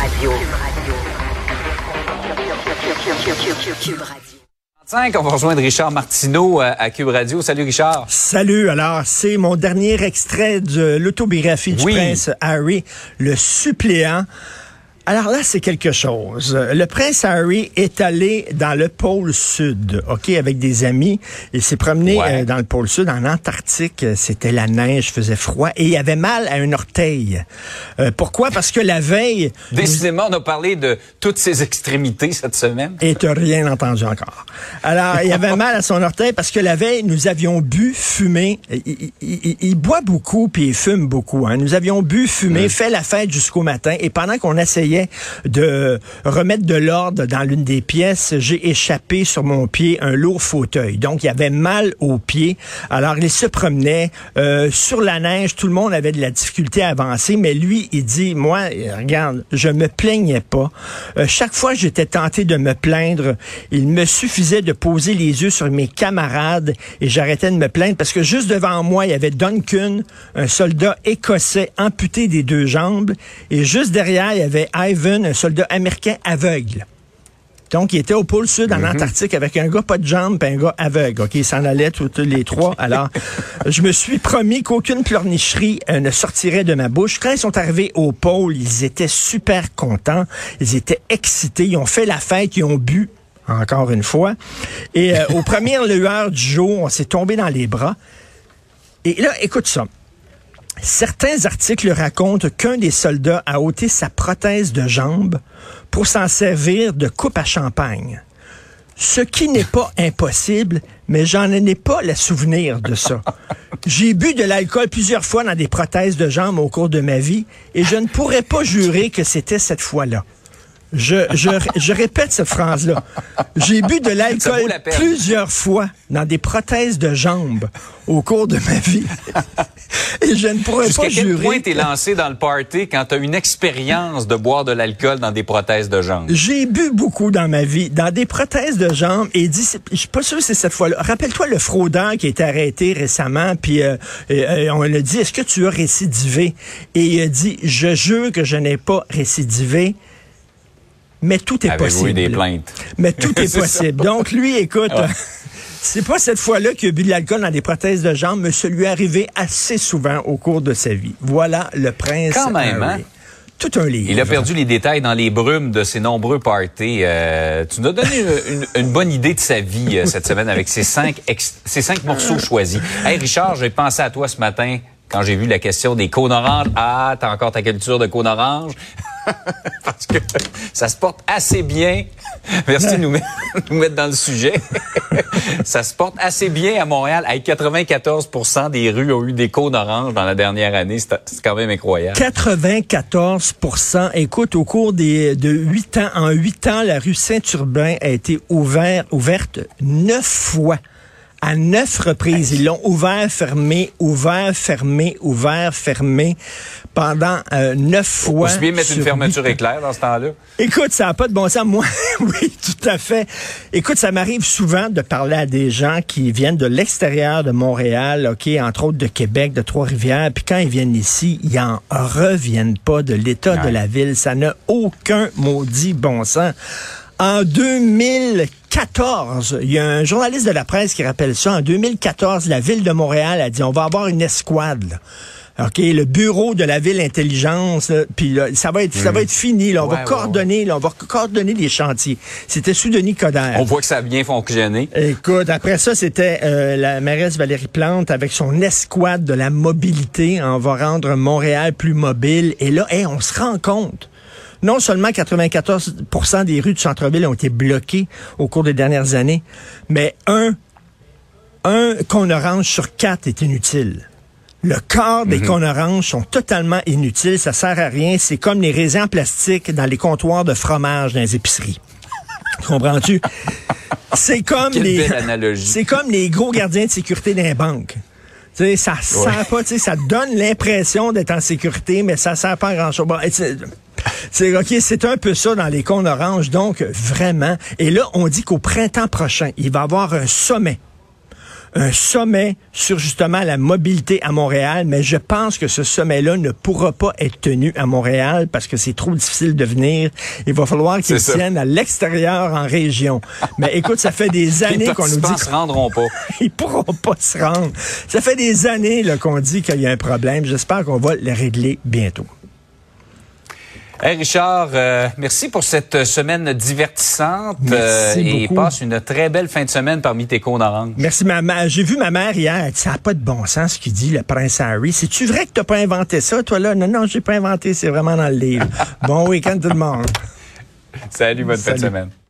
Cube Radio. On va rejoindre Richard Martineau à Cube Radio. Salut Richard. Salut. Alors, c'est mon dernier extrait de l'autobiographie du prince Harry, le suppléant. Alors là, c'est quelque chose. Le prince Harry est allé dans le pôle Sud, OK, avec des amis. Il s'est promené dans le pôle Sud, en Antarctique. C'était la neige, faisait froid. Et il avait mal à un orteil. Pourquoi? Parce que la veille... Décidément, on a parlé de toutes ses extrémités cette semaine. Et t'as rien entendu encore. Alors, il avait mal à son orteil parce que la veille, nous avions bu, fumé. Il boit beaucoup puis il fume beaucoup. Hein. Nous avions bu, fumé, fait la fête jusqu'au matin. Et pendant qu'on essayait de remettre de l'ordre dans l'une des pièces, j'ai échappé sur mon pied un lourd fauteuil. Donc, il avait mal au pied. Alors, il se promenait sur la neige. Tout le monde avait de la difficulté à avancer. Mais lui, il dit, moi, regarde, je me plaignais pas. Chaque fois que j'étais tenté de me plaindre, il me suffisait de poser les yeux sur mes camarades et j'arrêtais de me plaindre parce que juste devant moi, il y avait Duncan, un soldat écossais amputé des deux jambes. Et juste derrière, il y avait Ivan, un soldat américain aveugle. Donc, il était au pôle Sud, en Antarctique, avec un gars pas de jambes et un gars aveugle. OK, ils s'en allaient tous les trois. Alors, je me suis promis qu'aucune pleurnicherie ne sortirait de ma bouche. Quand ils sont arrivés au pôle, ils étaient super contents. Ils étaient excités. Ils ont fait la fête. Ils ont bu, encore une fois. Et aux premières lueurs du jour, on s'est tombé dans les bras. Et là, écoute ça. Certains articles racontent qu'un des soldats a ôté sa prothèse de jambe pour s'en servir de coupe à champagne. Ce qui n'est pas impossible, mais j'en ai pas le souvenir de ça. J'ai bu de l'alcool plusieurs fois dans des prothèses de jambes au cours de ma vie et je ne pourrais pas jurer que c'était cette fois-là. Je répète cette phrase-là. J'ai bu de l'alcool plusieurs fois dans des prothèses de jambes au cours de ma vie. Et je ne pourrais pas jurer. Jusqu'à quel point t'es lancé dans le party quand t'as une expérience de boire de l'alcool dans des prothèses de jambes? J'ai bu beaucoup dans ma vie, dans des prothèses de jambes, et dit, je suis pas sûr que c'est cette fois-là. Rappelle-toi le fraudeur qui a été arrêté récemment, puis on lui a dit, est-ce que tu as récidivé? Et il a dit, je jure que je n'ai pas récidivé. Mais tout est possible. Avez-vous eu des plaintes? Mais tout est possible. Donc, lui, écoute, c'est pas cette fois-là qu'il a bu de l'alcool dans des prothèses de jambes, mais ça lui est arrivé assez souvent au cours de sa vie. Voilà le prince Quand même, Harry. hein? Tout un livre. Il a perdu les détails dans les brumes de ses nombreux parties. Tu nous as donné une bonne idée de sa vie cette semaine avec ces cinq morceaux choisis. Hey Richard, j'ai pensé à toi ce matin quand j'ai vu la question des cônes oranges. Ah, t'as encore ta culture de cônes oranges? Parce que ça se porte assez bien. Merci de nous mettre dans le sujet. Ça se porte assez bien à Montréal. Avec 94% des rues ont eu des cônes oranges dans la dernière année. C'est quand même incroyable. 94%. Écoute, au cours de 8 ans, en 8 ans, la rue Saint-Urbain a été ouverte 9 fois. À 9 reprises. Ils l'ont ouvert, fermé, pendant 9 fois. Faut bien mettre une fermeture éclair dans ce temps-là. Écoute, ça n'a pas de bon sens. Moi, oui, tout à fait. Écoute, ça m'arrive souvent de parler à des gens qui viennent de l'extérieur de Montréal, OK, entre autres de Québec, de Trois-Rivières, puis quand ils viennent ici, ils en reviennent pas de l'état de la ville. Ça n'a aucun maudit bon sens. En 2014, il y a un journaliste de la presse qui rappelle ça. En 2014, la ville de Montréal a dit, on va avoir une escouade, là. OK, le bureau de la ville intelligence, puis ça va être fini, là. On va coordonner les chantiers. C'était sous Denis Coderre. On voit que ça a bien fonctionné. Écoute, après ça, c'était la mairesse Valérie Plante avec son escouade de la mobilité. On va rendre Montréal plus mobile. Et là, on se rend compte. Non seulement 94% des rues du centre-ville ont été bloquées au cours des dernières années, mais un cône orange sur 4 est inutile. Le quart des cônes oranges sont totalement inutiles, ça sert à rien. C'est comme les raisins en plastique dans les comptoirs de fromage dans les épiceries. Comprends-tu? C'est comme c'est comme les gros gardiens de sécurité d'un banque. Tu sais, ça sert pas, tu sais, ça donne l'impression d'être en sécurité, mais ça sert pas à grand-chose. Bon, c'est un peu ça dans les cônes oranges, donc vraiment. Et là, on dit qu'au printemps prochain, il va y avoir un sommet un sommet sur justement la mobilité à Montréal, mais je pense que ce sommet-là ne pourra pas être tenu à Montréal parce que c'est trop difficile de venir. Il va falloir qu'ils tiennent à l'extérieur en région. Mais écoute, ça fait des années qu'on nous dit... Les participants se rendront pas. Ils pourront pas se rendre. Ça fait des années là, qu'on dit qu'il y a un problème. J'espère qu'on va le régler bientôt. Hey Richard, merci pour cette semaine divertissante et passe une très belle fin de semaine parmi tes cônes oranges. Merci, maman. J'ai vu ma mère hier, elle dit, ça n'a pas de bon sens ce qu'il dit, le prince Harry. C'est-tu vrai que tu n'as pas inventé ça, toi, là? Non, j'ai pas inventé, c'est vraiment dans le livre. Bon week-end tout le monde. Salut, bonne fin de semaine.